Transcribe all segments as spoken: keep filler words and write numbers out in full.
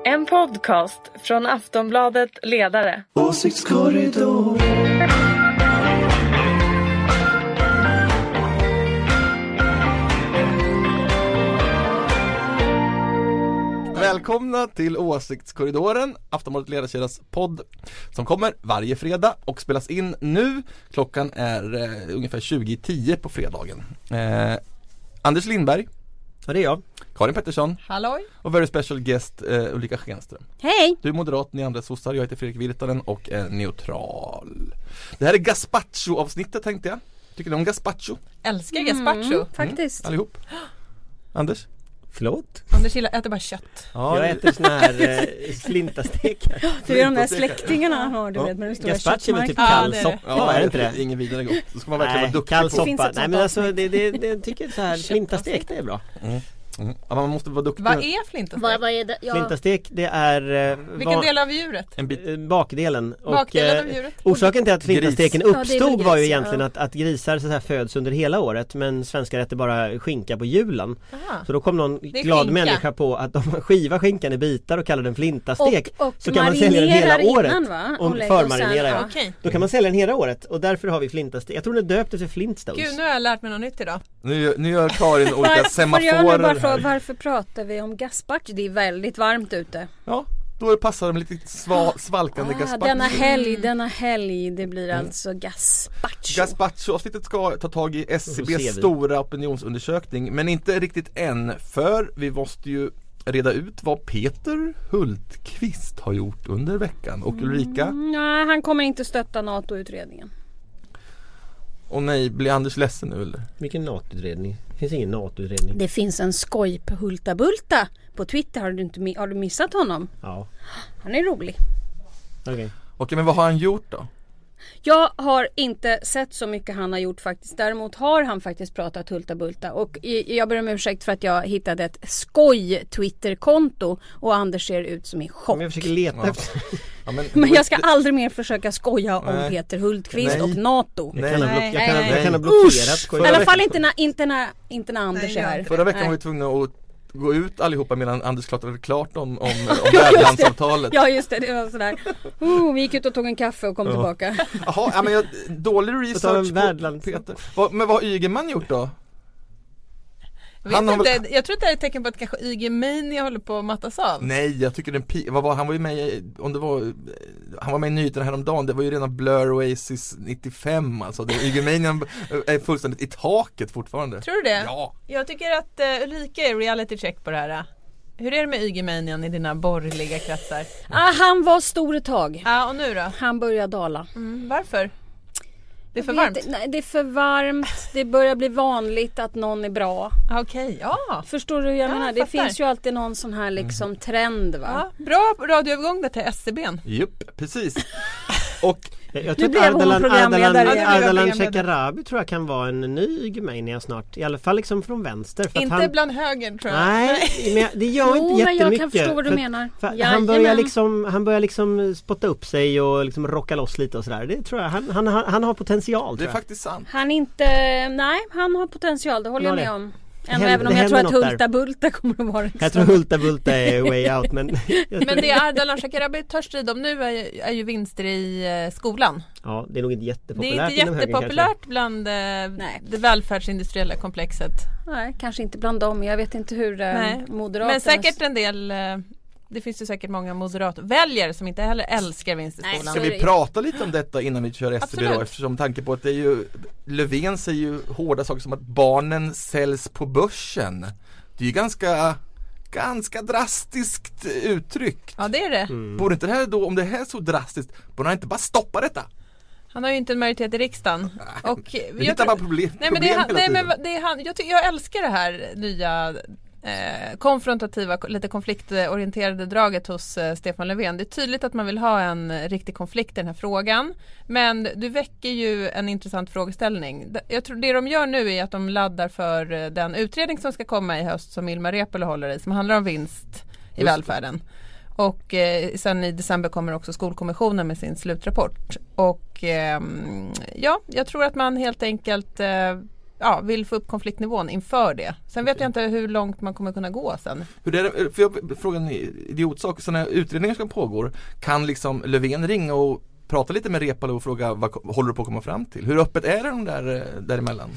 En podcast från Aftonbladet Ledare. Åsiktskorridor. Välkomna till Åsiktskorridoren, Aftonbladet Ledarkedjas podd som kommer varje fredag och spelas in nu. Klockan är eh, ungefär tjugo tio på fredagen. Eh, Anders Lindberg. Ja, det är jag. Karin Pettersson. Halloj. Och very special guest eh, Ulrika Schenström. Hej! Du är moderat, ni andra sossar, jag heter Fredrik Virtanen och är neutral. Det här är gazpacho-avsnittet tänkte jag. Tycker ni om gazpacho? Älskar gazpacho. Mm, faktiskt. Mm, allihop. Anders? Förlåt? Anders gillar, äter bara kött. Ja, jag äter såna här eh, flintastekar. Det är de där släktingarna har du vet med den stora gazpacho är väl typ köttmarknaden. kall Ja, soppa, Ja, är det inte det? Ingen vidare gott. Då ska man verkligen Nej, vara duktig kall på. finns soppa. ett Nej, sånt men alltså avsnitt. det, det, det jag tycker så här flintastek det är bra. Mm. Mm. Ja, man måste vara duktig. Vad är flintastek? Vad, vad är det? Ja. Flintastek det är eh, Vilken va- del av djuret? En bit. eh, bakdelen. Och, Bakdelen eh, av djuret. orsaken till att flintasteken Gris. Ja, det är uppstod väl var ju gris, ja. egentligen att, att grisar så här föds under hela året, men svenskar äter bara skinka på julen. Aha. Så då kom någon är glad skinka. människa på att de skivar skinkan i bitar och kallar den flintastek. Och, och så kan man sälja den hela marinerar året. innan, va? Och lägger och förmarinerar, sen- ja. Okej. Då kan man sälja den hela året och därför har vi flintastek. Jag tror den är döpt efter Flintstones. Gud, nu har jag lärt mig något nytt idag. Nu, gör- nu gör Karin olika Var, får jag nu semaforer bara fråga, här. varför pratar vi om gazpacho? Det är väldigt varmt ute. Ja, då passar det med lite sva, svalkande Ah, gazpacho. denna helg, denna helg, det blir alltså gazpacho. Gazpacho-avsnittet ska ta tag i S C Då ser vi. B:s stora opinionsundersökning, men inte riktigt än, för vi måste ju reda ut vad Peter Hultqvist har gjort under veckan. Och Ulrika, Mm, nej, han kommer inte stötta NATO-utredningen. och nej, blir Anders ledsen nu eller? Vilken NATO-utredning? Det finns ingen NATO-utredning. Det finns en skoj på Hulta Bulta på Twitter. Har du, inte, mi- har du missat honom? Ja, Han är rolig. okej. Okej, men vad har han gjort då? Jag har inte sett så mycket han har gjort faktiskt. Däremot har han faktiskt pratat Hulta Bulta. Och i- jag ber om ursäkt för att jag hittade ett skoj Twitter-konto. Och Anders ser ut som i chock. Men jag försöker leta Ja. efter... Ja, men, Men jag ska aldrig mer försöka skoja om Nej. Peter Hultqvist Nej. och NATO. Jag kan ha, block- Nej, jag kan ha, nej, jag kan ha nej. blockerat. Usch! Skoj. I alla fall inte när, inte när, inte när Anders Nej, är jag här. inte. Förra veckan Nej. var vi tvungna att gå ut allihopa medan Anders klarade klart om, om, om värdlandsavtalet. Ja just det, det var sådär. Oh, vi gick ut och tog en kaffe och kom Ja. tillbaka. Jaha, ja, men jag, dålig ta en research på värdlands- Peter. Vad, men vad har Ygeman gjort då? Jag, vet Han har inte, jag tror att det är ett tecken på att kanske Y G-mania håller på att mattas av. Nej, jag tycker den pi- vad var han var ju med i, om det var han var med i nyheterna häromdagen. Det var ju redan Blur Oasis nittiofem alltså. Det Ygemanian är fullständigt i taket fortfarande. Tror du det? Ja. Jag tycker att uh, Ulrika är reality check på det här. Hur är det med Y G-manian i dina borgerliga kretsar? Ah, han var stor ett tag. Ja, och nu då? Han började dala. Mm, varför? Det är för Jag vet varmt? inte, nej, det är för varmt. Det börjar bli vanligt att någon är bra. Ah, Okej, ja. Förstår du hur jag Ja, menar? jag Det fattar. finns ju alltid någon sån här liksom trend va? ja. Bra radioövergång där till S C B:n. Jupp, precis. Och Jag, jag Nu tror blev att hon Ardalan, programledare Ardalan, igen. Ardalan Ja, det blev jag Shekarabi tror jag kan vara en ny Ygemania snart. I alla fall liksom från vänster. För att Inte han, bland högern tror jag. Nej, men det gör Jo, inte men jättemycket. jag kan förstå vad du för- menar. För han, Jajamän. börjar liksom, han börjar liksom spotta upp sig och liksom rocka loss lite och sådär. Det tror jag. Han, han, han, han har potential det är tror jag. faktiskt sant. Han inte, nej han har potential, det håller Han jag har med det. om. Det Än, händer- även om det jag tror händer att något där. Hulta Bulta kommer att vara Jag liksom. tror Hulta Bulta är way out men... jag tror- Men det Ardalan Shekarabi tar strid om nu är, ju- är ju vinster i eh, skolan. Ja, det är nog inte Det jättepopulärt är inte inom högern, jättepopulärt bland eh, Nej. det välfärdsindustriella komplexet. Nej, kanske inte bland dem. Jag vet inte hur eh, Nej. Moderaterna... Men säkert en del, eh, det finns ju säkert många moderatväljare som inte heller älskar vinst i Nej, skolan. Ska så- vi prata lite om detta innan vi kör S C B då? Absolut. Eftersom tanke på att det är ju Löfven säger ju hårda saker som att barnen säljs på börsen. Det är ju ganska ganska drastiskt uttryck. Ja, det är det. Mm. Borde inte det här då, om det här är så drastiskt, borde han inte bara stoppa detta? Han har ju inte en majoritet i riksdagen. Och Vi jag hittar tror- bara problem, Nej, men det, är problem han- hela nej, tiden. men det är han, jag, ty- jag älskar det här nya eh, konfrontativa, lite konfliktorienterade draget hos eh, Stefan Löfven. Det är tydligt att man vill ha en riktig konflikt i den här frågan. Men du väcker ju en intressant frågeställning. D- Jag tror det de gör nu är att de laddar för eh, den utredning som ska komma i höst som Ilmar Reepalu håller i, som handlar om vinst i det. välfärden. Och eh, sen i december kommer också Skolkommissionen med sin slutrapport. Och eh, ja, jag tror att man helt enkelt eh, ja, vill få upp konfliktnivån inför det. Sen vet okay. jag inte hur långt man kommer kunna gå sen. Hur är det, för jag frågar en idiotsak, så när utredningar som pågår, kan liksom Löfven ringa och prata lite med Reepalu och fråga vad håller du på att komma fram till? Hur öppet är det de där däremellan?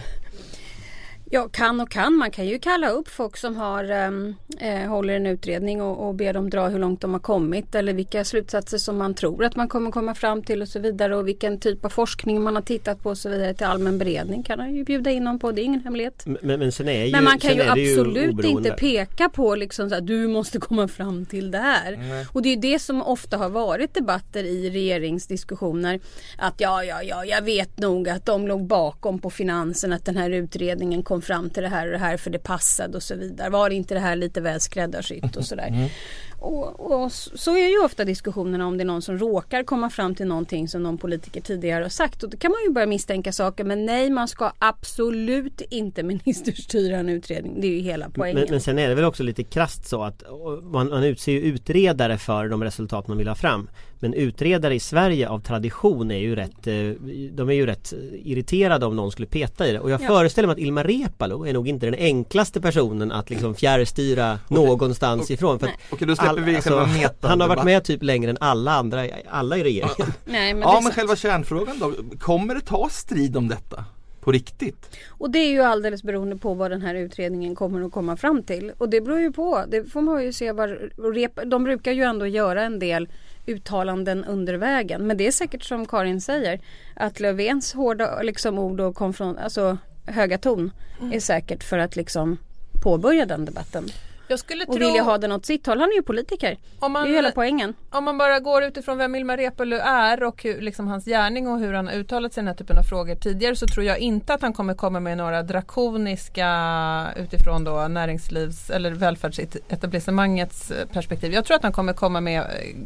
Ja, kan och kan. Man kan ju kalla upp folk som har eh, håller en utredning och, och ber dem dra hur långt de har kommit eller vilka slutsatser som man tror att man kommer komma fram till och så vidare och vilken typ av forskning man har tittat på och så vidare till allmän beredning kan man ju bjuda in dem på, det är ingen hemlighet. Men, men, sen är ju, men man kan ju ju absolut inte peka på liksom så att du måste komma fram till det här. Mm. Och det är ju det som ofta har varit debatter i regeringsdiskussioner att ja, ja, ja, jag vet nog att de låg bakom på finansen att den här utredningen kom fram till det här och det här för det passade och så vidare. Var det inte det här lite väl skräddarsytt och sådär. Mm. Och, och så är ju ofta diskussionerna om det är någon som råkar komma fram till någonting som någon politiker tidigare har sagt. Och då kan man ju börja misstänka saker. Men nej, man ska absolut inte ministerstyra en utredning. Det är ju hela poängen. Men, men sen är det väl också lite krasst så att man, man utser ju utredare för de resultat man vill ha fram. Men utredare i Sverige av tradition är ju rätt, de är ju rätt irriterade om någon skulle peta i det. Och jag ja. föreställer mig att Ilmar Reepalu är nog inte den enklaste personen att liksom fjärrstyra okay. någonstans okay. ifrån. För att okay, då släpper all, vi alltså, meta, han har varit med typ längre än alla andra, alla i regeringen. Ja, Nej, men, ja, men själva kärnfrågan då, kommer det ta strid om detta? På riktigt. Och det är ju alldeles beroende på vad den här utredningen kommer att komma fram till. Och det beror ju på, det får man ju se vad, de brukar ju ändå göra en del uttalanden under vägen. Men det är säkert som Karin säger att Löfvens hårda liksom, ord och konfront, alltså höga ton mm. är säkert för att liksom påbörja den debatten. Jag skulle och tro... vilja ha den åt sitt håll. Han är ju politiker. Om man, det är ju hela poängen. Om man bara går utifrån vem Ilmar Reepalu är och hur, liksom hans gärning och hur han har uttalat sig i den här typen av frågor tidigare, så tror jag inte att han kommer komma med några drakoniska utifrån då näringslivs- eller välfärdsetablissemangets perspektiv. Jag tror att han kommer komma med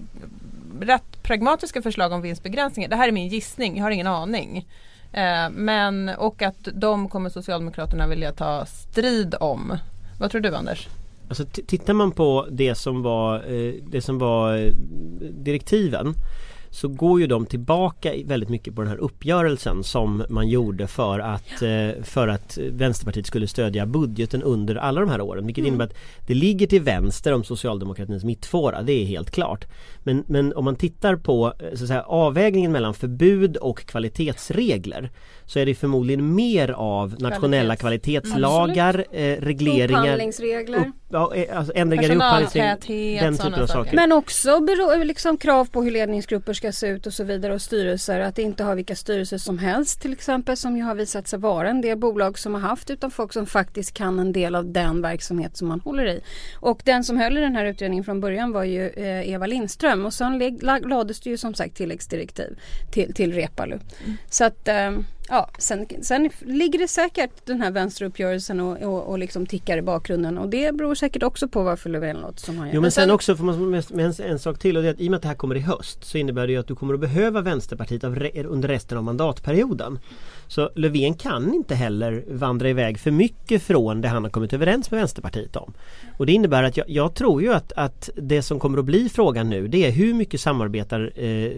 rätt pragmatiska förslag om vinstbegränsningar. Det här är min gissning, jag har ingen aning. Eh, men, och att de kommer Socialdemokraterna vilja ta strid om. Vad tror du, Anders? Alltså t- tittar man på det som var, eh, det som var eh, direktiven, så går ju de tillbaka väldigt mycket på den här uppgörelsen som man gjorde för att, eh, för att Vänsterpartiet skulle stödja budgeten under alla de här åren. Vilket mm. innebär att det ligger till vänster om socialdemokratins mittfåra, det är helt klart. Men, men om man tittar på så att säga, avvägningen mellan förbud och kvalitetsregler, så är det förmodligen mer av nationella Kvalitets. kvalitetslagar, eh, regleringar, upphandlingsregler, upp, ja, alltså ändringar i upphandlingsregler, den typen av saker. Men också bero, liksom, krav på hur ledningsgrupper ska se ut och så vidare och styrelser, att inte ha vilka styrelser som helst till exempel, som ju har visat sig vara en del bolag som har haft, utan folk som faktiskt kan en del av den verksamhet som man håller i. Och den som höll i den här utredningen från början var ju eh, Eva Lindström, och sen lag, lades det ju som sagt tilläggsdirektiv till, till Reepalu. Mm. Så att eh, ja, sen, sen ligger det säkert den här vänsteruppgörelsen och, och, och liksom tickar i bakgrunden, och det beror säkert också på varför Löfven låter som han gör. Jo, men sen, sen också får man med, med en, en sak till, och det är att i och med att det här kommer i höst, så innebär det ju att du kommer att behöva Vänsterpartiet av re, under resten av mandatperioden. Så Löfven kan inte heller vandra iväg för mycket från det han har kommit överens med Vänsterpartiet om. Och det innebär att jag, jag tror ju att, att det som kommer att bli frågan nu, det är hur mycket samarbetar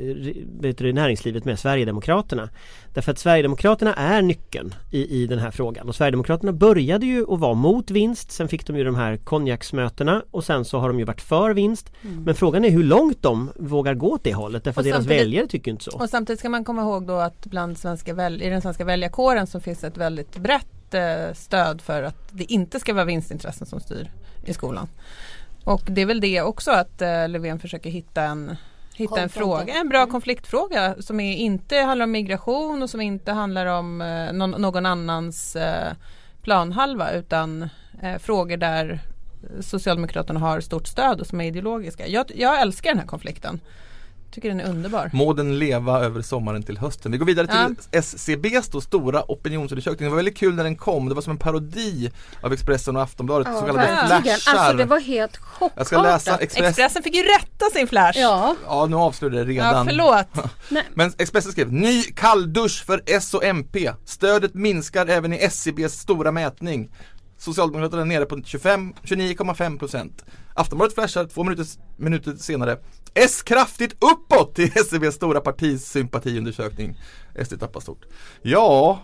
eh, näringslivet med Sverigedemokraterna. Därför att Sverigedemokraterna är nyckeln i, i den här frågan. Och Sverigedemokraterna började ju att vara mot vinst. Sen fick de ju de här konjaksmötena. Och sen så har de ju varit för vinst. Mm. Men frågan är hur långt de vågar gå åt det hållet. Därför att deras väljare tycker inte så. Och samtidigt ska man komma ihåg då att bland svenska väl, i den svenska väljarkåren så finns ett väldigt brett eh, stöd för att det inte ska vara vinstintressen som styr i skolan. Och det är väl det också att eh, Löfven försöker hitta en hitta en fråga, en bra konfliktfråga som är, inte handlar om migration och som inte handlar om eh, någon, någon annans eh, planhalva, utan eh, frågor där Socialdemokraterna har stort stöd och som är ideologiska. Jag, jag älskar den här konflikten. Tycker den är underbar. Må den leva över sommaren till hösten. Vi går vidare till ja. S C B:s då stora opinionsundersökning. Det var väldigt kul när den kom. Det var som en parodi av Expressen och Aftonbladet. Ja, så kallade flashar. Alltså det var helt chockartat. Jag ska läsa Express... Expressen fick ju rätta sin flash. Ja, ja nu avslöjade det redan. Ja, förlåt. Men Expressen skrev: ny kalldusch för S och M P. Stödet minskar även i S C B:s stora mätning. Socialdemokraterna är nere på tjugonio komma fem procent. Aftonbladet flashar två minuter, minuter senare: S kraftigt uppåt till S C B:s stora partisympatiundersökning. S D tappar stort. Ja,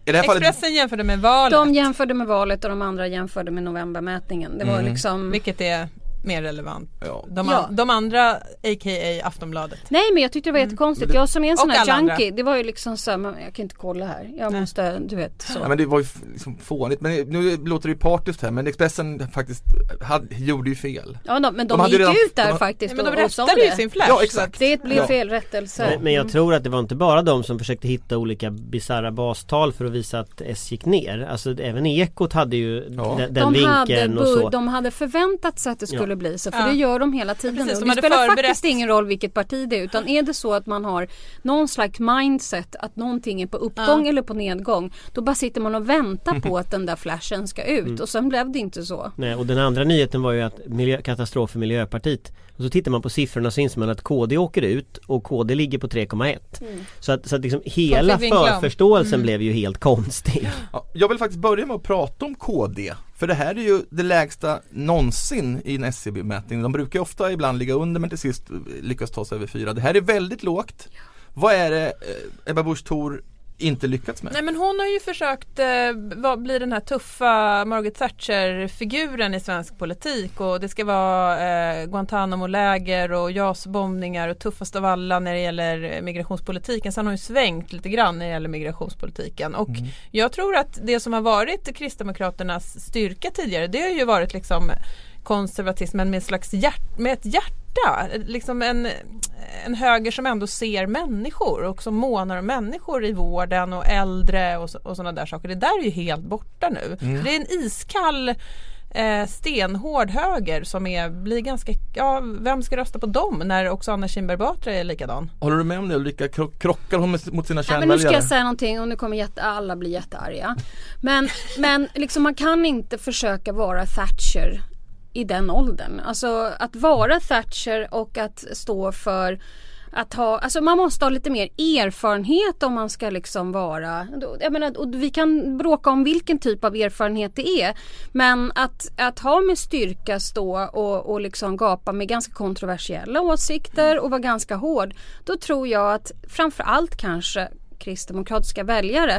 i det här fallet, Expressen jämförde med valet. De jämförde med valet och de andra jämförde med novembermätningen. Det var Mm. liksom... Vilket är mer relevant. Ja. De, Ja. an, de andra, a k a Aftonbladet. Nej, men jag tyckte det var jättekonstigt. Jag som är en sån Och här alla junkie, andra. det var ju liksom så här, men jag kan inte kolla här. Jag Nej. måste, du vet, så. ja, men det var ju f- liksom fånigt. Men nu låter det ju partiskt här, men Expressen faktiskt hade, gjorde ju fel. Ja, de, men de, De hade gick redan- ut där de- faktiskt Nej, men de och, och sa rättade ju det. sin flash. Ja, exakt. Det blev Ja. fel rättelse. Men, men jag tror att det var inte bara de som försökte hitta olika bizarra bastal för att visa att S gick ner. Alltså även Ekot hade ju Ja. den, den de, hade, vinkeln och bu- så. de hade förväntat sig att det skulle Ja. bli så, för Ja. det gör de hela tiden. Precis, nu. de Det hade spelar förberett. faktiskt ingen roll vilket parti det är, utan är det så att man har någon slags mindset att någonting är på uppgång Ja. eller på nedgång, då bara sitter man och väntar på att den där flashen ska ut och sen blev det inte så. Nej, och den andra nyheten var ju att miljö, katastrof för Miljöpartiet. Och så tittar man på siffrorna så inser man att K D åker ut och K D ligger på tre komma ett. Mm. Så att, så att liksom hela fick vinkla om. förförståelsen Mm. blev ju helt konstig. Ja, jag vill faktiskt börja med att prata om K D. För det här är ju det lägsta någonsin i en S C B-mätning. De brukar ju ofta ibland ligga under, men till sist lyckas ta sig över fyra. Det här är väldigt lågt. Vad är det eh, Ebba Busch Thor inte lyckats med? Nej, men hon har ju försökt eh, vad blir den här tuffa Margaret Thatcher-figuren i svensk politik, och det ska vara eh, Guantanamo-läger och J A S-bombningar och tuffast av alla när det gäller migrationspolitiken. Sen har hon ju svängt lite grann när det gäller migrationspolitiken, och Mm. jag tror att det som har varit Kristdemokraternas styrka tidigare, det har ju varit liksom konservatismen med, en slags hjärt, med ett hjärta, liksom en, en höger som ändå ser människor och som månar om människor i vården och äldre och, så, och sådana där saker. Det där är ju helt borta nu. Mm. Det är en iskall eh, stenhård höger som är, blir ganska, ja, vem ska rösta på dem när också Anna Kinberg Batra är likadan? Håller du med om det, Ulrika? Kro- krockar hon med, mot sina Ja, men nu ska kärnväljare? jag säga någonting och nu kommer jätte, alla bli jättearga. Men, men liksom man kan inte försöka vara Thatcher i den åldern. Alltså att vara Thatcher och att stå för att ha, alltså man måste ha lite mer erfarenhet om man ska liksom vara, jag menar, och vi kan bråka om vilken typ av erfarenhet det är, men att, att ha med styrka stå och, och liksom gapa med ganska kontroversiella åsikter och vara ganska hård, då tror jag att framförallt kanske kristdemokratiska väljare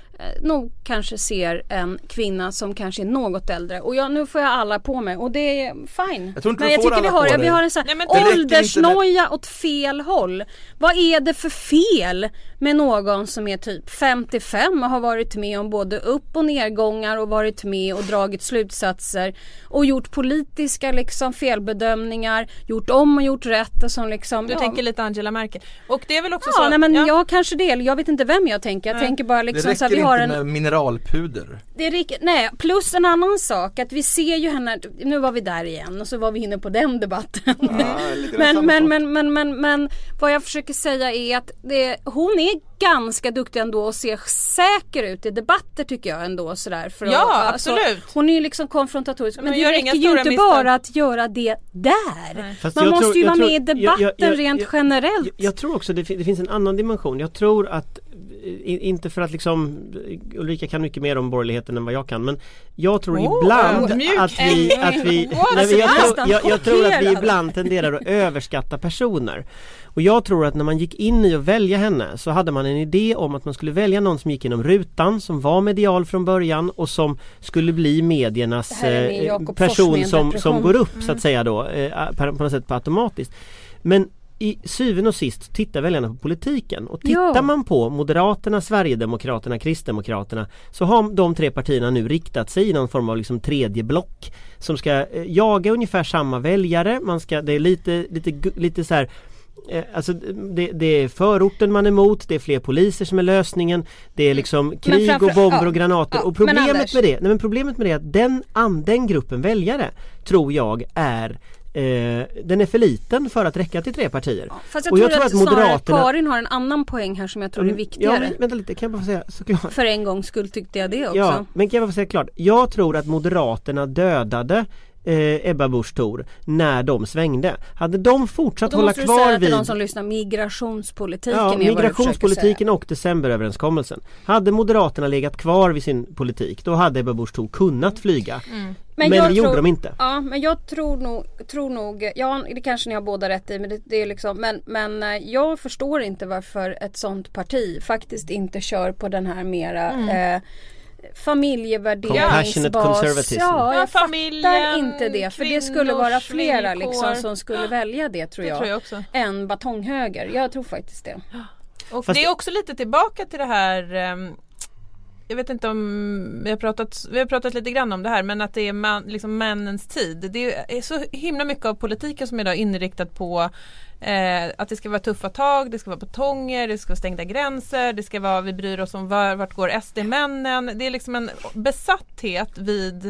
nog kanske ser en kvinna som kanske är något äldre. Och jag, nu får jag alla på mig och det är fine. Jag tror inte men du jag får tycker vi alla har, på vi dig. har en sån Nej, men här det räcker inte åldersnoja åt fel håll. Vad är det för fel med någon som är typ femtiofem och har varit med om både upp- och nedgångar och varit med och dragit slutsatser och gjort politiska liksom felbedömningar, gjort om och gjort rätt och som liksom, Du ja, tänker lite Angela Merkel. Och det är väl också ja, så... nej, men ja. jag kanske det. Jag vet inte vem jag tänker. Jag Nej. tänker bara Det liksom räcker så att vi inte har en med mineralpuder. det är rik- nej, plus en annan sak att vi ser ju henne, nu var vi där igen och så var vi inne på den debatten. Ja, lite men, samma men, sak. men, men, men, men vad jag försöker säga är att det, hon är ganska duktig ändå och ser säker ut i debatter tycker jag ändå sådär. För Ja, att, absolut. Alltså, hon är ju liksom konfrontatorisk, men, Men det gör inga räcker ju stora inte misstag. bara att göra det där. Nej. Fast Man jag måste tror- ju jag vara tror- med i jag- debatten jag- jag- rent jag- generellt. Jag, jag tror också det, det finns en annan dimension. Jag tror att i- inte för att liksom Ulrika kan mycket mer om borgerligheten än vad jag kan, men jag tror Oh, ibland ödmjuk. att vi, att vi Wow, nej, men jag, nästan tror, jag, jag tror att vi chockerad. ibland tenderar att överskatta personer. Och jag tror att när man gick in i att välja henne så hade man en idé om att man skulle välja någon som gick inom rutan, som var medial från början och som skulle bli mediernas Det här är min eh, Jakob person Forssmed som, depression. som går upp så att säga då eh, på något sätt på automatiskt. Men i syvende och sist tittar väljarna på politiken och tittar Ja. man på Moderaterna, Sverigedemokraterna, Kristdemokraterna så har de tre partierna nu riktat sig i någon form av liksom tredje block som ska eh, jaga ungefär samma väljare. Man ska, det är lite, lite, gu- lite så här. Eh, Alltså det, det är förorten man är emot, det är fler poliser som är lösningen, det är liksom krig framför- och bomber ja, och granater. ja, och men problemet Anders- med det, nej men problemet med det är att den, an, den gruppen väljare tror jag är Eh, den är för liten för att räcka till tre partier. Fast jag Och tror, jag tror att, att snarare Moderaterna- Karin har en annan poäng här som jag tror är Ja, viktigare. men, vänta lite, kan jag bara få säga såklart. För en gångs skull tyckte jag det också. Ja, men kan jag bara säga klart. Jag tror att Moderaterna dödade eh, Ebba Busch Thor när de svängde. Hade de fortsatt hålla kvar vid... Då måste du säga till de som lyssnar, migrationspolitiken ja, är vad du migrationspolitiken och decemberöverenskommelsen. Hade Moderaterna legat kvar vid sin politik, då hade Ebba Busch Thor kunnat flyga. Mm. Men, men det gjorde tror, de inte. Ja, men jag tror nog, tror nog ja, det kanske ni har båda rätt i, men det, det är liksom, men, men jag förstår inte varför ett sånt parti faktiskt inte kör på den här mera mm. eh, familjevärderingsbas. Ja, jag fattar inte det, för det skulle vara flera liksom, som skulle välja det, tror jag, det tror jag också. Än batonghöger. Jag tror faktiskt det. Och Fast det är också lite tillbaka till det här... Um, jag vet inte om vi har pratat vi har pratat lite grann om det här, men att det är man, liksom männens tid. Det är så himla mycket av politiken som är idag inriktad på eh, att det ska vara tuffa tag, det ska vara batonger, det ska vara stängda gränser, det ska vara, vi bryr oss om var, vart går S D-männen. Det är liksom en besatthet vid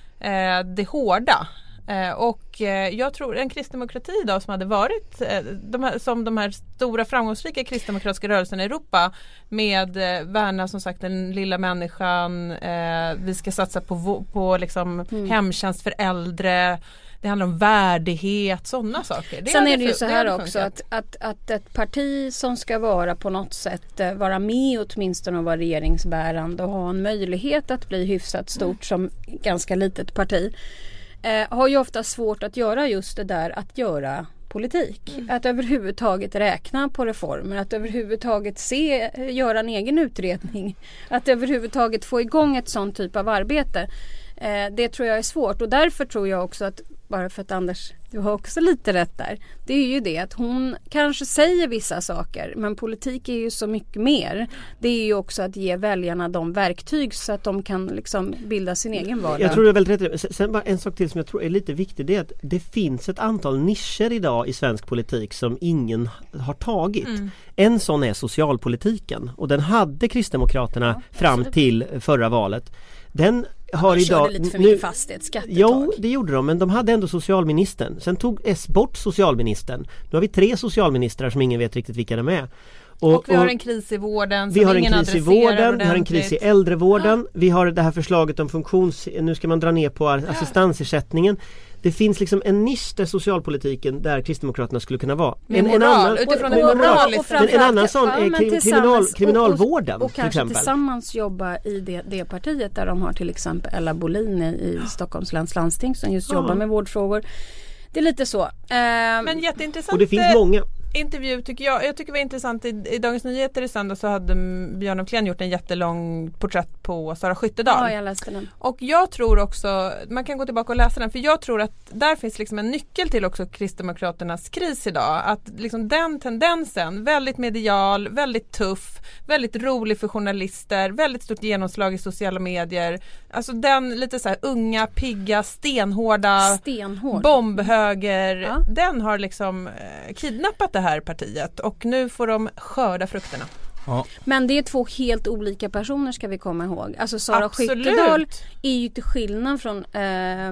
eh, det hårda. Eh, och eh, jag tror en kristdemokrati idag som hade varit eh, de här, som de här stora framgångsrika kristdemokratiska rörelserna i Europa med eh, värna som sagt den lilla människan, eh, vi ska satsa på, på liksom, mm. hemtjänst för äldre, det handlar om värdighet, sådana saker. Det Sen är det ju så här också att, att, att ett parti som ska vara på något sätt vara med åtminstone och vara regeringsbärande och ha en möjlighet att bli hyfsat stort mm. som ganska litet parti Eh, har ju ofta svårt att göra just det där, att göra politik. Mm. Att överhuvudtaget räkna på reformer, att överhuvudtaget se, göra en egen utredning, att överhuvudtaget få igång ett sånt typ av arbete. Eh, det tror jag är svårt, och därför tror jag också att, bara för att Anders, du har också lite rätt där, det är ju det att hon kanske säger vissa saker, men politik är ju så mycket mer. Det är ju också att ge väljarna de verktyg så att de kan liksom bilda sin egen vardag. Jag tror det är väldigt rätt. Sen bara en sak till som jag tror är lite viktig, det är att det finns ett antal nischer idag i svensk politik som ingen har tagit. Mm. En sån är socialpolitiken, och den hade Kristdemokraterna ja, fram till förra valet. Den har de idag lite för mycket fastighetsskatt. Jo, det gjorde de, men de hade ändå socialministern. Sen tog S bort socialministern. Nu har vi tre socialministrar som ingen vet riktigt vilka de är. Och, och vi har en kris i vården. Vi har en kris i vården, vi har en kris i äldrevården. Ah. Vi har det här förslaget om funktions... Nu ska man dra ner på assistansersättningen. Det finns liksom en nisch där socialpolitiken där Kristdemokraterna skulle kunna vara. En, en annan, utifrån en, moral, en, en annan sån är ja, kriminal, kriminalvården och, och, och till kanske exempel. Tillsammans jobba i det, det partiet där de har till exempel Ella Bolin i ja. Stockholms läns landsting som just ja. jobbar med vårdfrågor. Det är lite så. Uh, Men jätteintressant. Och det finns många. Intervju tycker jag. Jag tycker det var intressant. I, i Dagens Nyheter i söndag så hade Björn af Kleen gjort en jättelång porträtt på Sara Skyttedal. Ja, jag läste den. Och jag tror också, man kan gå tillbaka och läsa den, för jag tror att där finns liksom en nyckel till också Kristdemokraternas kris idag. Att liksom den tendensen, väldigt medial, väldigt tuff, väldigt rolig för journalister, väldigt stort genomslag i sociala medier. Alltså den lite så här unga, pigga, stenhårda Stenhård. bombhöger, ja. Den har liksom eh, kidnappat det här partiet och nu får de skörda frukterna. Ja. Men det är två helt olika personer, ska vi komma ihåg. Alltså Sara Skyttedal är ju till skillnad från äh, äh,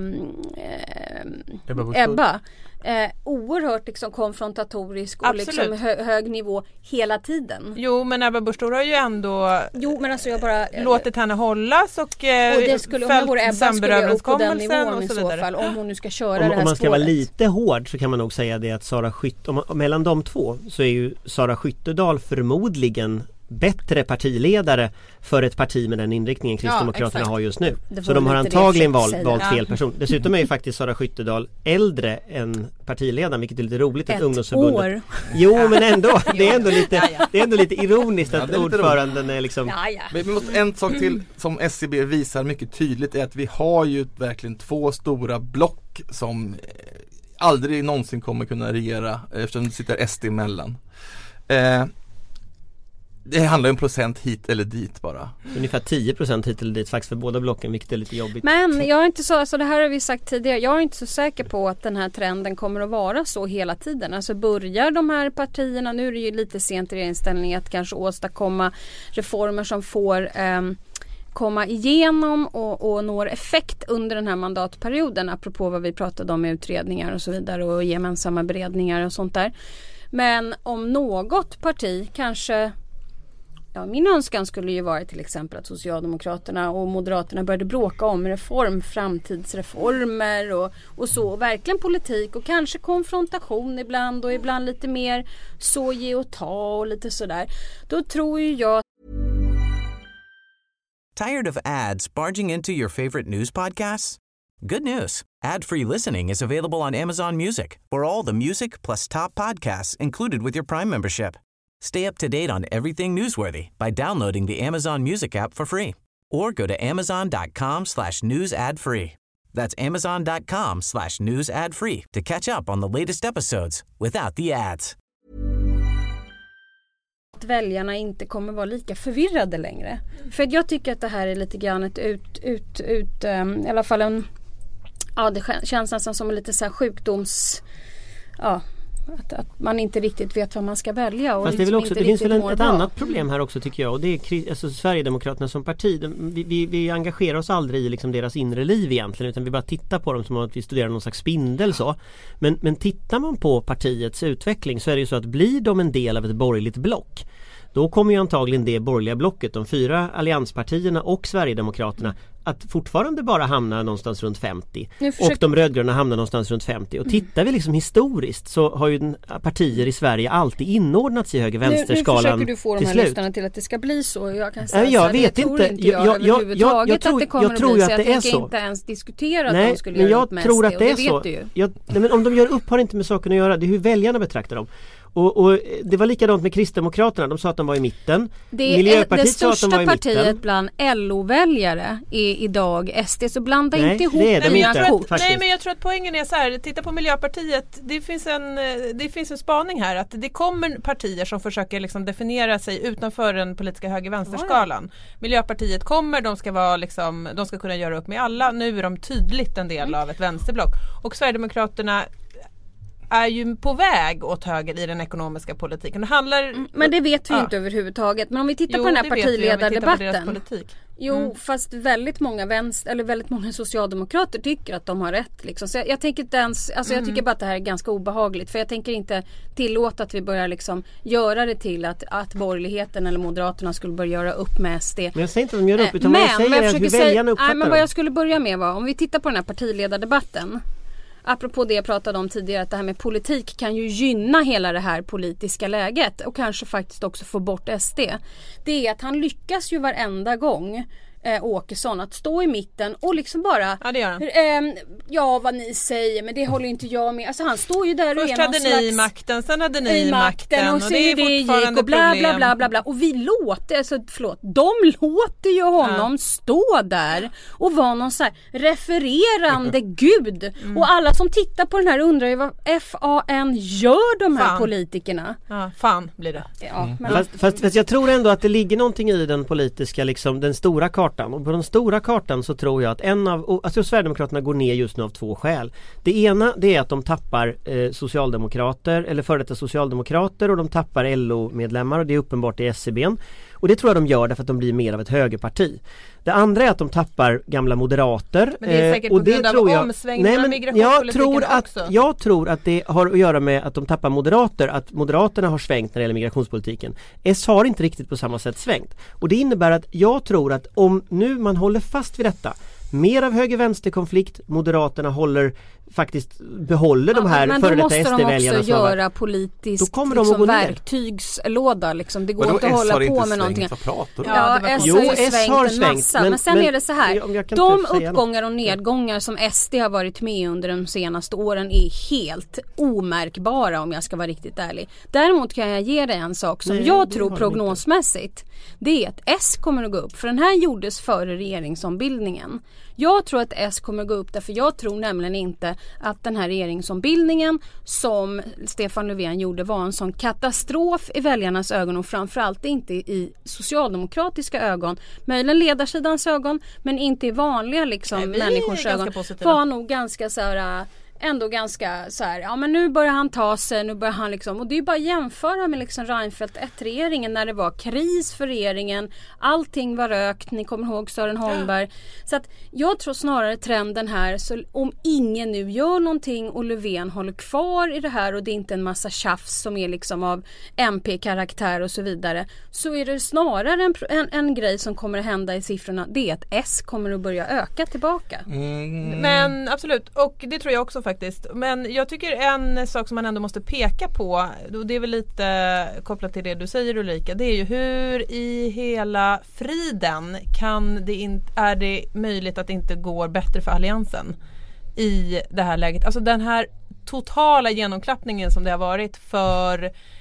Ebba, Ebba eh, oerhört liksom konfrontatorisk och Absolut. liksom hö- hög nivå hela tiden. Jo, men Ebba Busch Thor har ju ändå jo, men alltså jag bara, låtit henne hållas och, eh, och det skulle, om jag vore Ebba skulle jag upp på den nivån i så, så fall, om hon nu ska köra om, det här om man ska spåret. vara lite hård så kan man nog säga det att Sara Skytt, om, mellan de två så är ju Sara Skyttedal förmodligen bättre partiledare för ett parti med den inriktningen Kristdemokraterna ja, har just nu. Så de har antagligen valt, valt fel ja. person. Dessutom är ju faktiskt Sara Skyttedal äldre än partiledaren, vilket är lite roligt. Ett att ungdomsförbundet... år. Jo, men ändå. Det är ändå lite, det är ändå lite ironiskt att ja, ordföranden är liksom... Ja, ja. Men, men en sak till som S C B visar mycket tydligt är att vi har ju verkligen två stora block som aldrig någonsin kommer kunna regera eftersom det sitter S D emellan. Eh, Det handlar om procent hit eller dit bara. Ungefär tio procent hit eller dit faktiskt för båda blocken, vilket är lite jobbigt. Men jag är inte så, alltså det här har vi sagt tidigare, jag är inte så säker på att den här trenden kommer att vara så hela tiden. Alltså börjar de här partierna, nu är det ju lite sent i regeringsställning att kanske åstadkomma reformer som får eh, komma igenom och, och når effekt under den här mandatperioden, apropå vad vi pratade om med utredningar och så vidare och gemensamma beredningar och sånt där. Men om något parti kanske Ja, min önskan skulle ju vara till exempel att Socialdemokraterna och Moderaterna började bråka om reform, framtidsreformer och, och så. Verkligen politik och kanske konfrontation ibland och ibland lite mer så ge och ta och lite sådär. Då tror ju jag... Tired of ads barging into your favorite news podcasts? Good news. Ad-free listening is available on Amazon Music for all the music plus top podcasts included with your Prime membership. Stay up to date on everything newsworthy by downloading the Amazon Music app for free or go to amazon.com slash news ad free. That's amazon.com slash news ad free to catch up on the latest episodes without the ads. Att väljarna inte kommer vara lika förvirrade längre. För jag tycker att det här är lite grann ett ut, ut, ut um, i alla fall en, ja det känns nästan som en lite så här sjukdoms, ja, Att, att man inte riktigt vet vad man ska välja. Och Fast det, är väl också, det finns väl en, ett bra. annat problem här också tycker jag. Och det är alltså, Sverigedemokraterna som parti. De, vi, vi, vi engagerar oss aldrig i liksom deras inre liv egentligen. Utan vi bara tittar på dem som att vi studerar någon slags spindel. Så. Men, men tittar man på partiets utveckling så är det ju så att blir de en del av ett borgerligt block, då kommer ju antagligen det borgerliga blocket, de fyra allianspartierna och Sverigedemokraterna, att fortfarande bara hamna någonstans runt femtio. Försöker... Och de rödgröna hamnar någonstans runt femtio. Och tittar vi liksom historiskt så har ju partier i Sverige alltid inordnats i höger-vänsterskalan till slut. Nu försöker du få de här lyssnarna till att det ska bli så. Jag kan säga Nej, jag så här, vet det inte. tror inte jag, jag, jag, jag, jag, tror, att det kommer jag tror att bli att så. det Jag är så. inte ens diskutera Nej, att de skulle men göra jag upp med tror S D, att det är det så. vet du ju. Jag, nej, men om de gör upp har inte med saken att göra. Det är hur väljarna betraktar dem. Och, och det var likadant med Kristdemokraterna. De sa att de var i mitten. Det, Miljöpartiet det sa att de var i största partiet mitten. bland L O-väljare är idag S D. Så blanda Nej, inte ihop det är de mina inte. kort. Nej, men jag tror att poängen är så här, titta på Miljöpartiet, det finns en, det finns en spaning här att det kommer partier som försöker liksom definiera sig utanför den politiska höger-vänsterskalan. Ja, ja. Miljöpartiet kommer, de ska vara liksom, de ska kunna göra upp med alla. Nu är de tydligt en del mm. av ett vänsterblock. Och Sverigedemokraterna är ju på väg åt höger i den ekonomiska politiken. Det handlar... mm, men det vet vi ja. inte överhuvudtaget. Men om vi tittar jo, på den här partiledardebatten. Jo, mm. fast väldigt många vänster eller väldigt många socialdemokrater tycker att de har rätt liksom. Så jag, jag tänker inte ens, alltså mm. jag tycker bara att det här är ganska obehagligt, för jag tänker inte tillåta att vi börjar liksom göra det till att, att borgerligheten eller Moderaterna skulle börja göra upp med S D. Men jag säger inte att de gör upp, utan men, vad jag säger men jag är hur väljarna uppfattar nej, men vad jag skulle börja med var, om vi tittar på den här partiledardebatten, apropå det jag pratade om tidigare, att det här med politik kan ju gynna hela det här politiska läget och kanske faktiskt också få bort S D. Det är att han lyckas ju varenda gång, eh, Åkesson, att stå i mitten och liksom bara ja, det gör han. Eh, ja, vad ni säger, men det håller inte jag med. Alltså han står ju där först och är hade ni slags, makten, sen hade ni i makten och, och, och det är det fortfarande och bla, problem. bla bla bla bla. Och vi låter, alltså förlåt, de låter ju honom ja. stå där och vara någon så här refererande gud. Mm. Och alla som tittar på den här undrar ju vad F A N gör de här fan. politikerna. Ja, fan blir det. Ja, mm. men... fast, fast, fast jag tror ändå att det ligger någonting i den politiska, liksom den stora kartan. Och på den stora kartan så tror jag att en av, alltså Sverigedemokraterna går ner just nu av två skäl. Det ena, det är att de tappar eh, socialdemokrater eller före detta socialdemokrater, och de tappar L O-medlemmar, och det är uppenbart i S C B:n. Och det tror jag de gör därför att de blir mer av ett högerparti. Det andra är att de tappar gamla moderater. Men det är säkert och på grund det av tror jag, omsvängningen av migrationspolitiken jag tror att, också. Jag tror att det har att göra med att de tappar moderater, att moderaterna har svängt när det gäller migrationspolitiken. S har inte riktigt på samma sätt svängt. Och det innebär att jag tror att om nu man håller fast vid detta, mer av höger-vänster-konflikt, moderaterna håller faktiskt behåller ja, de här före detta S D-väljarna. Men då måste de också göra politiskt liksom, verktygslåda. Liksom. Det går inte att hålla på med någonting. Ja, ja, S jo, har ju S svängt har en svängt, massa. Men, men sen men, är det så här. De uppgångar och nedgångar som S D har varit med under de senaste åren är helt omärkbara, om jag ska vara riktigt ärlig. Däremot kan jag ge dig en sak som Nej, jag tror prognosmässigt. Det är att S kommer att gå upp. För den här gjordes före regeringsombildningen. Jag tror att S kommer att gå upp därför jag tror nämligen inte att den här regeringsombildningen som Stefan Löfven gjorde var en sån katastrof i väljarnas ögon, och framförallt inte i socialdemokratiska ögon. Möjligen ledarsidans ögon, men inte i vanliga liksom, Nej, människors ögon. Var nog ganska så här, ändå ganska så här, ja men nu börjar han ta sig, nu börjar han liksom, och det är ju bara att jämföra med liksom Reinfeldt ett-regeringen när det var kris för regeringen, allting var rökt, ni kommer ihåg Sören Holmberg. Så att jag tror snarare trenden här, så om ingen nu gör någonting och Löfven håller kvar i det här och det är inte en massa tjafs som är liksom av M P-karaktär och så vidare, så är det snarare en, en, en grej som kommer att hända i siffrorna, det är att S kommer att börja öka tillbaka. Mm. Men absolut, och det tror jag också faktiskt. Men jag tycker en sak som man ändå måste peka på, och det är väl lite kopplat till det du säger Ulrika, det är ju hur i hela friden kan det in, är det möjligt att det inte går bättre för alliansen i det här läget. Alltså den här totala genomklappningen som det har varit för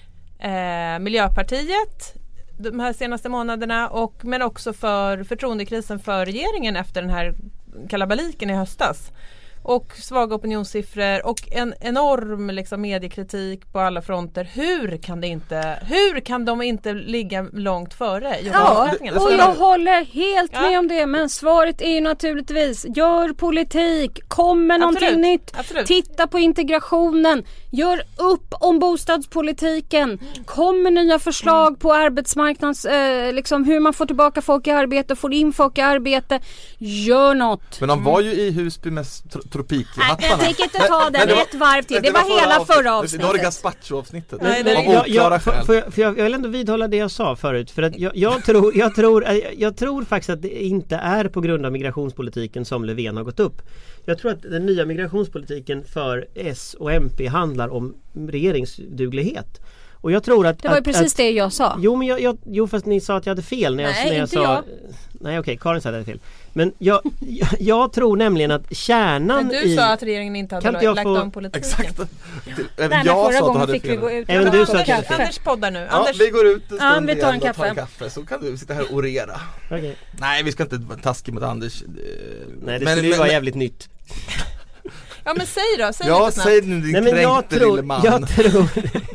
eh, Miljöpartiet de här senaste månaderna, och, men också för förtroendekrisen för regeringen efter den här kalabaliken i höstas. Och svaga opinionssiffror och en enorm liksom, mediekritik på alla fronter. Hur kan det inte, hur kan de inte ligga långt före? Ja, och jag håller helt ja. med om det. Men svaret är ju naturligtvis, gör politik, kom med någonting Absolut. nytt. Absolut. Titta på integrationen, gör upp om bostadspolitiken, kom med nya förslag mm. på arbetsmarknads, eh, liksom hur man får tillbaka folk i arbete, får in folk i arbete. Gör något. Men de var ju i Husby med tr- tropikhattarna. Nej, jag tänker inte ta den ett var, varv till. Det, det var, var hela förra avsnittet. Det var det Gazpacho-avsnittet. Nej, nej, av jag, oklara jag, för, för, för jag, jag vill ändå vidhålla det jag sa förut. För att jag, jag, tror, jag, tror, jag, jag tror faktiskt att det inte är på grund av migrationspolitiken som Löfven har gått upp. Jag tror att den nya migrationspolitiken för S och M P handlar om regeringsduglighet. Och jag tror att, det var ju att, precis att, det jag sa. Jo, men jag, jag, jo, fast ni sa att jag hade fel när jag, Nej, när jag inte sa... jag. Nej, okej, okay, Karin sa att jag hade fel. Men jag, jag, jag tror nämligen att kärnan men du i... sa att regeringen inte hade lagt få... om politiken. Exakt. Även Nej, jag förra sa att gången du hade fick fel. vi gå ut. Även du sa att jag hade fel. Anders poddar nu. Ja, Anders... vi går ut en stund ja, vi tar en igen kaffe. och tar en kaffe. Så kan du sitta här och orera. Okay. Nej, vi ska inte vara taskiga mot Anders. Nej, det men, skulle ju men, vara men, jävligt nytt. Ja, men säg då. Säg ja, lite snabbt. säg nu din Nej, men jag kränkte tror, lille man. jag tror...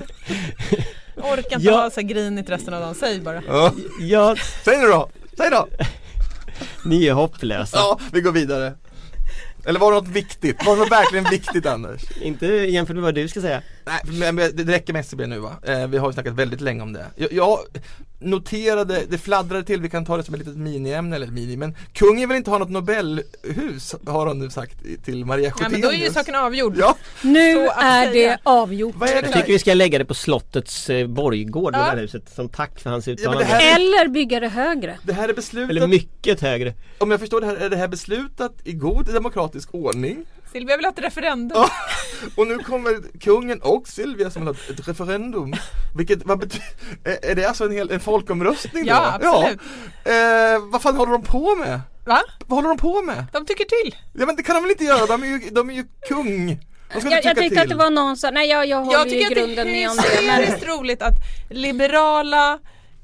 Orkar inte jag... ha så grinigt resten av dagen. Säg bara. Ja. jag... Säg nu då. Säg då. Ni är hopplösa. Ja, vi går vidare. Eller var det något viktigt? Var det något verkligen viktigt, Anders? Inte jämfört med vad du ska säga. Nej, men det räcker med S C B nu va? Eh, vi har ju snackat väldigt länge om det. Jag, jag noterade, det fladdrade till, vi kan ta det som ett litet miniämne eller mini, men kungen vill inte ha något Nobelhus, har han nu sagt till Maria Sjötenius. Ja, men då är ju saken avgjord. Ja. Nu Så att är säga. det avgjort. Vad är det Jag tycker vi ska lägga det på slottets eh, borggård, Ja. det här huset, som tack för hans Ja, uttalande. men det här- Eller bygga det högre. Det här är beslutat, Eller mycket högre. om jag förstår det här, är det här beslutat i god demokratisk ordning. Silvia vill ha ett referendum. Ja. Och nu kommer kungen och Silvia som vill ha ett referendum. Vilket, vad betyder, är, är det alltså en, hel, en folkomröstning då? Ja, absolut. Ja. Eh, vad fan håller de på med? Va? Vad håller de på med? De tycker till. Ja, men det kan de väl inte göra, de är ju, de är ju kung. De ska Jag, inte jag tycka tyckte till. att det var någon som, nej jag, jag håller Jag ju i tycker att grunden det med om är det. Men hysteriskt roligt att liberala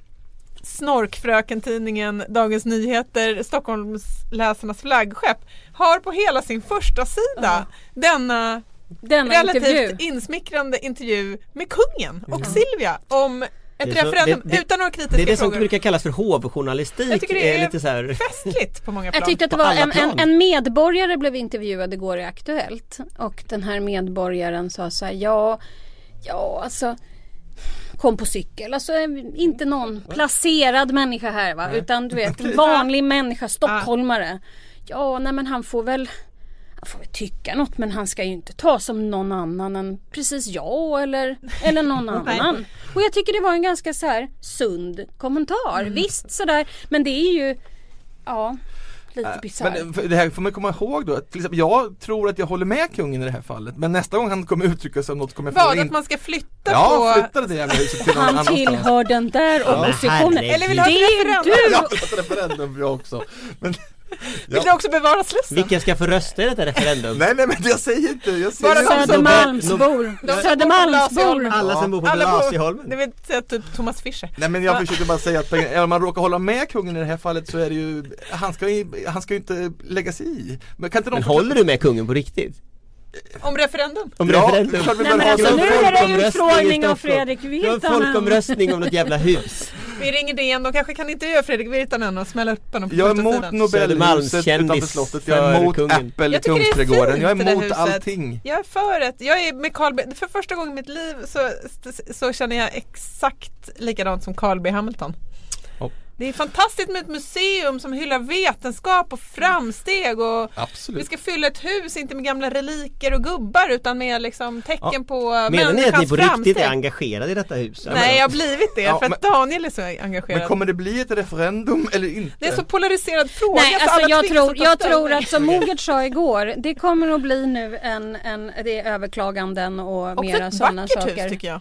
Snorkfröken-tidningen Dagens Nyheter, Stockholmsläsarnas flaggskepp, har på hela sin första sida Ja. denna denna relativt intervju. insmickrande intervju med kungen och Ja. Silvia om ett Det är så- referendum det- det- utan några kritiska Det är det som frågor. brukar kallas för hovjournalistik. Jag tycker det är lite så här... festligt på många plan. Jag tyckte att det på var alla en, en, plan. en medborgare blev intervjuad igår i Aktuellt. Och den här medborgaren sa så här, ja, ja alltså kom på cykel, alltså inte någon placerad människa här va, utan du vet, en vanlig människa, stockholmare. Ja, nej men han får väl han får väl tycka något, men han ska ju inte ta som någon annan än precis jag eller, eller någon annan. Och jag tycker det var en ganska så här sund kommentar. Mm. Visst sådär, men det är ju ja, lite bisarrt. Men för det här får man komma ihåg då att till exempel, jag tror att jag håller med kungen i det här fallet, men nästa gång han kommer uttrycka sig om något kommer jag Vad, få att in... man ska flytta Ja, på... flytta det till jävla huset till någon Han annanstans. tillhör den där oppositionen. herregud. Eller vill ha Det ett är referendum? du! Jag har ett referendum jag också. Men, Vill du också bevara Slussen? Vilka ska få rösta i detta referendum? nej, nej, men jag säger inte. Jag säger Bara inte. de som- Södermalmsbor. De som Södermalmsbor. bor på Alla som bor på Alla på, Blasieholmen. det vill säga typ Thomas Fischer. Nej, men jag försöker bara säga att om man råkar hålla med kungen i det här fallet så är det ju, han ska ju, han ska ju inte lägga sig i. Men kan inte de Men håller du med kungen på riktigt? Om referendum. Om Ja, referendum? klart vi Nej, bör men ha alltså, en nu är det folkomröstning. utfrågning av i Stockholm. Fredrik Du har en Virtanen. folkomröstning om något jävla hus. Vi ringer det igen. De kanske kan inte göra Fredrik Virtanen och smälla upp honom på Jag är första emot sidan. Nobelhuset utanför slottet. Jag är emot Apple i Jag tycker det är Kungsträdgården. fint, Jag är det där emot huset. allting. Jag är för ett. Jag är med Carl B. För första gången i mitt liv så, så känner jag exakt likadant som Carl B. Hamilton. Oh. Det är fantastiskt med ett museum som hyllar vetenskap och framsteg och Absolut. vi ska fylla ett hus inte med gamla reliker och gubbar utan med liksom tecken Ja. på Menar ni att ni människans på framsteg? riktigt är engagerade i detta hus? Nej, jag har blivit det Ja, för men- att Daniel är så engagerad. Men kommer det bli ett referendum eller inte? Det är så polariserad fråga. Nej, så alltså alla jag tvingas tror, att ta jag ställning. tror att som Mogert sa igår, det kommer att bli nu en, en det är överklaganden och Också mera ett sådana vackert saker. hus tycker jag.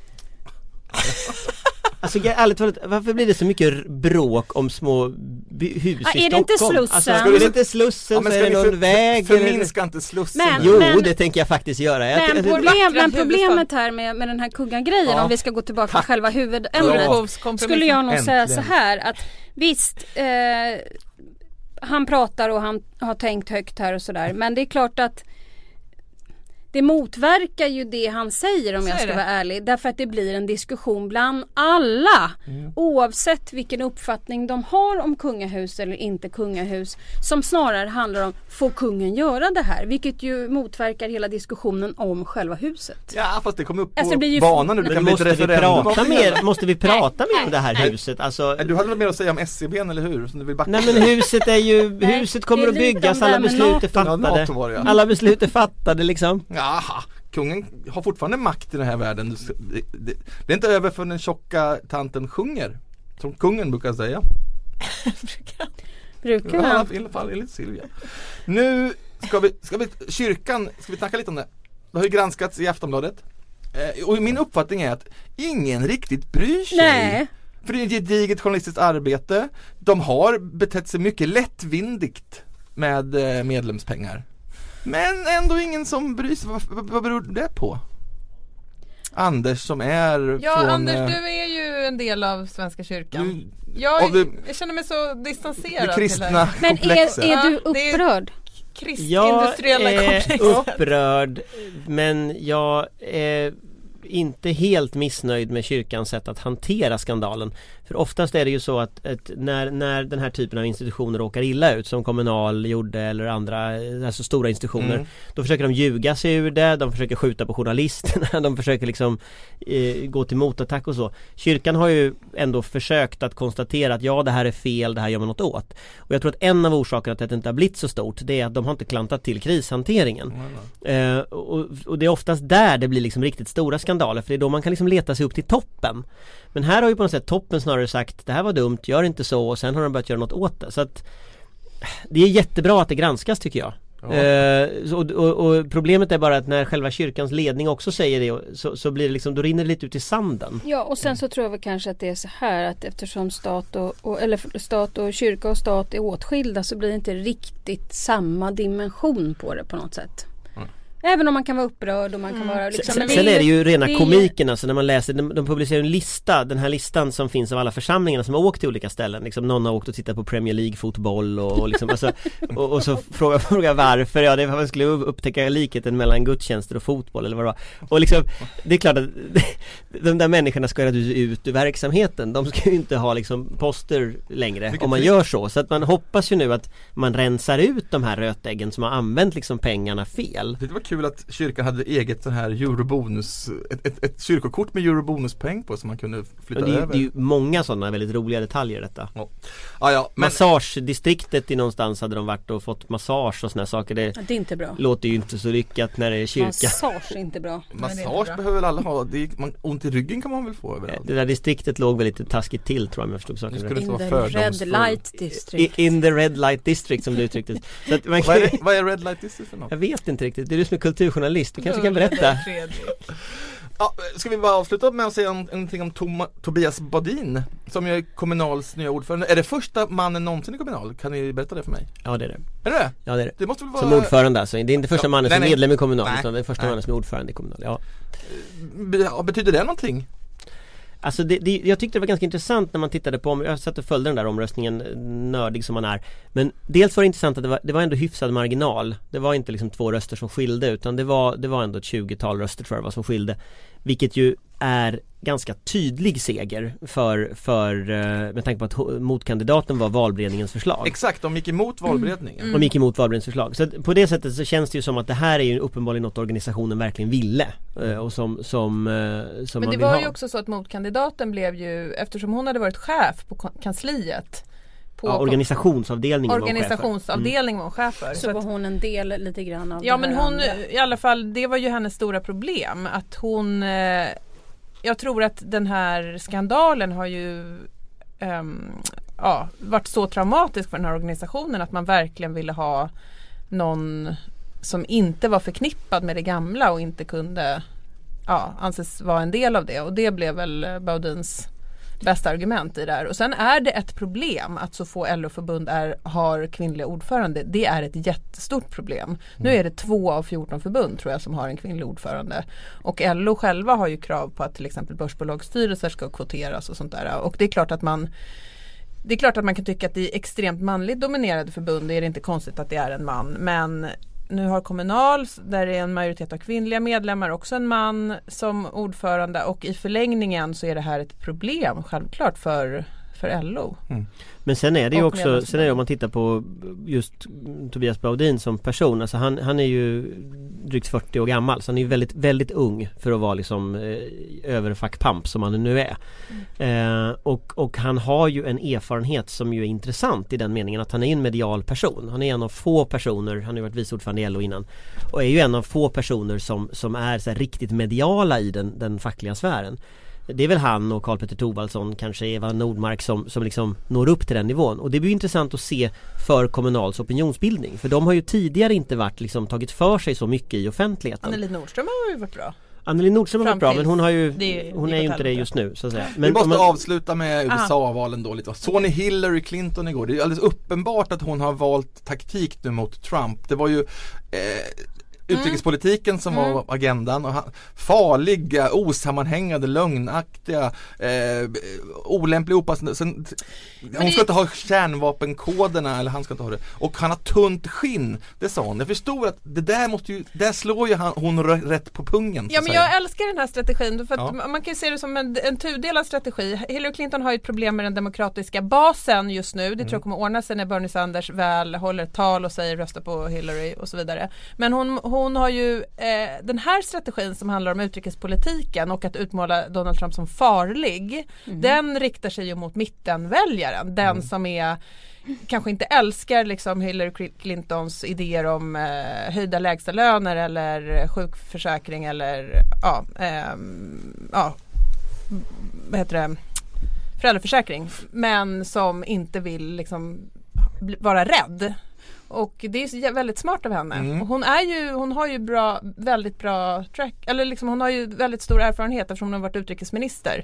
Alltså jag, ärligt talat, varför blir det så mycket bråk om små by- hus Ah, i är det inte Stockholm? Slussen? Alltså, Ska är du- det inte Slussen Ja, men så ska är vi det för, någon väg? för, eller- förminska inte Slussen Men- nu. Jo, men- det tänker jag faktiskt göra. Jag, Men jag, problem, vackra men problemet huvudstad. här med, med den här kungagrejen, Ja. om vi ska gå tillbaka Tack. till själva huvudämnet, Upphovskompromissen. skulle jag nog säga Äntligen. så här att visst, eh, han pratar och han har tänkt högt här och sådär, men det är klart att det motverkar ju det han säger om Så jag är ska det. vara ärlig. Därför att det blir en diskussion bland alla. Mm. Oavsett vilken uppfattning de har om kungahus eller inte kungahus. Som snarare handlar om, får kungen göra det här? Vilket ju motverkar hela diskussionen om själva huset. Ja, fast det kommer upp på Alltså, det blir ju- banan nu. Det Men kan bli ett måste vi referendum. prata mer, måste vi prata Nej, mer om det här nej. huset? Alltså, Du hade väl mer att säga om S C B eller hur? Som du vill backa. nej men huset är ju, Nej, huset kommer det är att lite byggas, om det alla här med beslut är NATO. Ja, fattade. NATO var det, ja. Alla beslut är fattade liksom. Jaha, kungen har fortfarande makt i den här världen. Det, det, det är inte över för den tjocka tanten sjunger. Som kungen brukar säga. Brukar Ja, han? i alla fall enligt Silvia. Nu ska vi, ska vi, kyrkan, ska vi snacka lite om det? Det har ju granskats i Aftonbladet. Eh, och min uppfattning är att ingen riktigt bryr sig. Nej. För det är ett gediget journalistiskt arbete. De har betett sig mycket lättvindigt med eh, medlemspengar. Men ändå ingen som bryr sig. Vad, vad, vad beror det på? Anders som är Ja, från... Anders, eh, du är ju en del av Svenska kyrkan. du, Jag, av det- jag känner mig så distanserad det till kristna det här. Men komplexet. är, är du Ja, det är- upprörd? Jag Kristindustriella är komplexet. upprörd, men jag är inte helt missnöjd med kyrkans sätt att hantera skandalen. För oftast är det ju så att, att när, när den här typen av institutioner råkar illa ut, som Kommunal gjorde eller andra, alltså stora institutioner, Mm. då försöker de ljuga sig ur det, de försöker skjuta på journalisterna, de försöker liksom eh, gå till motattack och så. Kyrkan har ju ändå försökt att konstatera att ja, det här är fel, det här gör man något åt. Och jag tror att en av orsakerna till att det inte har blivit så stort, det är att de har inte klantat till krishanteringen. Eh, och, och det är oftast där det blir liksom riktigt stora skandaler, för det är då man kan liksom leta sig upp till toppen. Men här har ju på något sätt toppen snarare sagt, det här var dumt, gör inte så, och sen har de börjat göra något åt det. Så att det är jättebra att det granskas, tycker jag. Ja. Eh, så, och, och, och problemet är bara att när själva kyrkans ledning också säger det, så, så blir det liksom, då rinner det lite ut i sanden. Ja, och sen så tror jag väl kanske att det är så här att eftersom stat och, och, eller stat och kyrka och stat är åtskilda, så blir det inte riktigt samma dimension på det på något sätt. Även om man kan vara upprörd och man kan vara liksom, Sen, men sen är det ju rena det är- komikerna, så när man läser, de, de publicerar en lista, den här listan som finns av alla församlingarna som har åkt till olika ställen, liksom någon har åkt och tittat på Premier League fotboll och, och liksom, alltså, och, och så frågar fråga varför, ja det var man skulle upptäcka likheten mellan gudstjänster och fotboll eller vad det var, och liksom, det är klart att de där människorna ska ju ut ur verksamheten, de ska ju inte ha liksom poster längre. Vilket om man vi- gör så, så att man hoppas ju nu att man rensar ut de här rötäggen som har använt liksom pengarna fel. Det var kul att kyrkan hade eget sån här eurobonus, ett, ett, ett kyrkokort med eurobonuspoäng på som man kunde flytta Och det, är, ju- över. det är ju många sådana väldigt roliga detaljer i detta. Ja, ja, men Massagedistriktet i någonstans hade de varit och fått massage och såna här saker. Det Ja, det är inte bra. låter ju inte så lyckat när det är kyrka. Massage är inte bra. det är inte massage bra. behöver väl alla ha. Det är, man, ont i ryggen kan man väl få överallt. Det där distriktet låg väl lite taskigt till, tror jag, om jag förstod Nu saken skulle rätt. inte In vara the red fördomsfull. light I, district. in the red light district, som du uttryckte. Så att man, Vad är, det, vad är Red Light District för något? jag vet inte riktigt. Det är du som är kulturjournalist. Du kanske kan berätta. Ja, ska vi bara avsluta med att säga om, någonting om Tom, Tobias Badin som ju är Kommunals nya ordförande. Är det första mannen någonsin i Kommunal? Kan ni berätta det för mig? Ja, det är det. Är det det? Ja, det är det. Det måste väl vara... Som ordförande alltså. Det är inte första Ja, mannen nej, som är nej. medlem i Kommunal, Nej. utan det är första Nej. mannen som är ordförande i Kommunal. Ja. Be- ja, betyder det någonting? Alltså det, det, jag tyckte det var ganska intressant när man tittade på, jag satt och följde den där omröstningen, nördig som man är. Men dels var det intressant att det var, det var ändå hyfsad marginal. Det var inte liksom två röster som skilde, utan det var, det var ändå ett tjugotal röster, tror jag, var som skilde. Vilket ju är ganska tydlig seger för, för med tanke på att motkandidaten var valberedningens förslag. Exakt, de gick emot valberedningen. Mm. De gick emot valberedningens förslag. Så på det sättet så känns det ju som att det här är ju uppenbarligen något organisationen verkligen ville och som, som, som Men man det vill var ha. ju också så att motkandidaten blev ju, eftersom hon hade varit chef på kansliet på ja, organisationsavdelningen organisationsavdelningen var hon chef för. Så, så var hon en del lite grann av ja, det men här hon andra. i alla fall, det var ju hennes stora problem att hon eh, jag tror att den här skandalen har ju um, ja, varit så traumatisk för den här organisationen att man verkligen ville ha någon som inte var förknippad med det gamla och inte kunde ja, anses vara en del av det, och det blev väl Baudins bästa argument i det här. Och sen är det ett problem att så få L O-förbund är, har kvinnliga ordförande. Det är ett jättestort problem. Mm. Nu är det två av fjorton förbund tror jag som har en kvinnlig ordförande. Och L O själva har ju krav på att till exempel börsbolagsstyrelser ska kvoteras och sånt där. Och det är klart att man det är klart att man kan tycka att det är extremt manligt dominerade förbund. Det är inte konstigt att det är en man. Men nu har Kommunal, där är en majoritet av kvinnliga medlemmar, också en man som ordförande, och i förlängningen så är det här ett problem självklart för, för L O. Mm. Men sen är det ju också, sen är det, om man tittar på just Tobias Baudin som person, alltså han, han är ju drygt fyrtio år gammal, så han är ju väldigt, väldigt ung för att vara liksom eh, överfackpamp som han nu är. Mm. Eh, och, och han har ju en erfarenhet som ju är intressant i den meningen att han är en medial person. Han är en av få personer, han har ju varit vice ordförande i L O innan, och är ju en av få personer som, som är så här riktigt mediala i den, den fackliga sfären. Det är väl han och Karl Petter Thorwaldsson, kanske Eva Nordmark som, som liksom når upp till den nivån. Och det blir intressant att se för Kommunals opinionsbildning. För de har ju tidigare inte varit liksom, tagit för sig så mycket i offentligheten. Anneli Nordström har ju varit bra. Anneli Nordström har varit bra, men hon, har ju, det, hon det är ju inte det just nu så att säga. Men vi måste man... avsluta med U S A-valen då lite. Såg ni Hillary Clinton igår? Det är alldeles uppenbart att hon har valt taktik nu mot Trump. Det var ju eh, utrikespolitiken som mm. var agendan, och han, farliga, osammanhängande, lögnaktiga, eh, olämpliga, opassande. Sen, hon det... ska inte ha kärnvapenkoderna, eller han ska inte ha det. Och han har tunt skinn, det sa hon. Jag förstår att det där måste ju, där slår ju han, hon rätt på pungen. Ja, men jag älskar den här strategin, för att ja. man kan ju se det som en, en tudelad strategi. Hillary Clinton har ju ett problem med den demokratiska basen just nu. Det mm. tror jag kommer ordna sig när Bernie Sanders väl håller ett tal och säger rösta på Hillary och så vidare. Men hon, hon Hon har ju eh, den här strategin som handlar om utrikespolitiken och att utmåla Donald Trump som farlig. Mm. Den riktar sig ju mot mittenväljaren. Den mm. som är kanske inte älskar liksom Hillary Clintons idéer om eh, höjda lägsta löner eller sjukförsäkring eller ja, eh, ja vad heter det? föräldraförsäkring. Men som inte vill liksom vara rädd. Och det är väldigt smart av henne. Mm. Och hon är ju, hon har ju bra, väldigt bra track, eller liksom hon har ju väldigt stor erfarenhet eftersom hon har varit utrikesminister.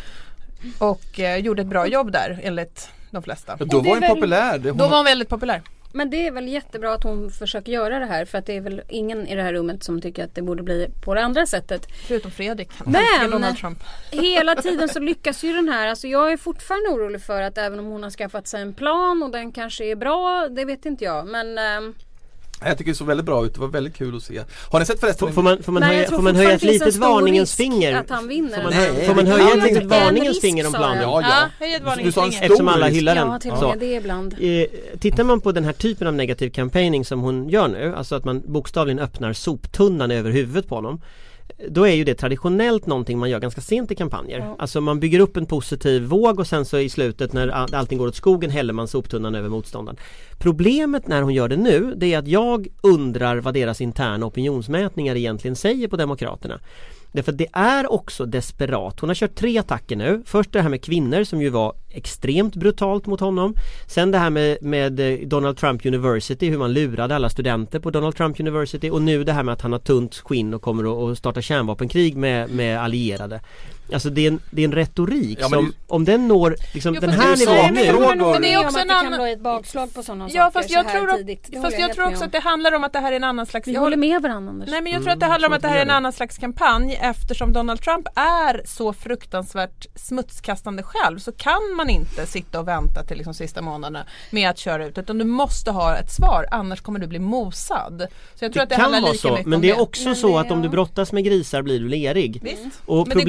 Och eh, gjorde ett bra jobb där enligt de flesta. Ja, då var hon väl, populär. Hon... Då var hon väldigt populär. Men det är väl jättebra att hon försöker göra det här, för att det är väl ingen i det här rummet som tycker att det borde bli på det andra sättet. Förutom Fredrik. Men Donald Trump. Hela tiden så lyckas ju den här, alltså jag är fortfarande orolig för att även om hon har skaffat sig en plan och den kanske är bra, det vet inte jag, men... Ähm... Jag tycker det såg väldigt bra ut, det var väldigt kul att se. Har ni sett förresten? Får man, får man, Nej, höja, får man höja ett litet varningens finger? Att han vinner. Får man, Nej, får man höja ja, ett litet varningens finger om planen? Ja, ja. ja höj ett varningens finger. Eftersom alla hyllar den. Ja, till och med det ibland. Eh, tittar man på den här typen av negativ campaigning som hon gör nu, alltså att man bokstavligen öppnar soptunnan över huvudet på honom, då är ju det traditionellt någonting man gör ganska sent i kampanjer. Ja. Alltså man bygger upp en positiv våg och sen så i slutet när allting går åt skogen häller man soptunnan över motståndaren. Problemet när hon gör det nu, det är att jag undrar vad deras interna opinionsmätningar egentligen säger på Demokraterna. Därför att det är också desperat. Hon har kört tre attacker nu. Först det här med kvinnor som ju var extremt brutalt mot honom. Sen det här med, med Donald Trump University, hur man lurade alla studenter på Donald Trump University. Och nu det här med att han har tunt skinn och kommer att starta kärnvapenkrig med, med allierade. Alltså det är en, det är en retorik ja, som, det... om den når liksom, jo, den här nivån nu. Men, men, men det är också en annan... kan ett bakslag på sådana ja, saker fast jag så tror, här tidigt. Fast jag tror också att det handlar om att det här är en annan slags... Vi håller med varandra, Anders. Nej, men jag tror att det handlar om att det här är en annan slags kampanj. Eftersom Donald Trump är så fruktansvärt smutskastande själv, så kan man inte sitta och vänta till liksom sista månaderna med att köra ut, utan du måste ha ett svar, annars kommer du bli mosad. Så jag tror det att det kan handlar vara lika så, mycket men om det är det. också men så det, att om du brottas med grisar blir du lerig. Visst. Och men problemet det går inte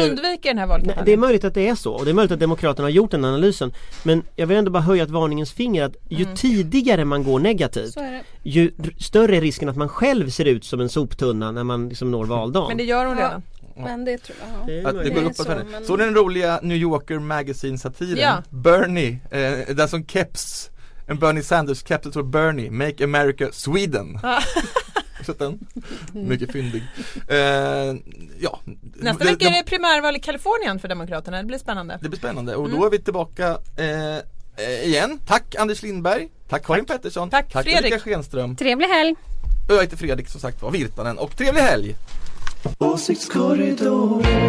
undviker den här Nej, valkampanjen. det är möjligt att det är så, och det är möjligt att Demokraterna har gjort den analysen. Men jag vill ändå bara höja ett varningens finger att ju Mm. tidigare man går negativt, Så är det. ju r- större är risken att man själv ser ut som en soptunna när man liksom når valdagen. Men det gör hon Ja. redan. Men det tror jag. Det är Att det möjligt. går är upp så, för henne. men- Så den roliga New Yorker Magazine-satiren Ja. Bernie, eh, den som keps en Bernie Sanders keps, det står Bernie, Make America Sweden. Ja. Så att den, mycket fyndig. Eh, ja. Nästa det, vecka är det, det primärval i Kalifornien för Demokraterna. Det blir spännande. det blir spännande och Mm. då är vi tillbaka eh, eh, igen. Tack Anders Lindberg, tack Karin Pettersson, Tack, tack Fredrik. Ulrika Schenström. Trevlig helg! Och jag heter Fredrik som sagt var, Virtanen, och trevlig helg! Åsiktskorridoren.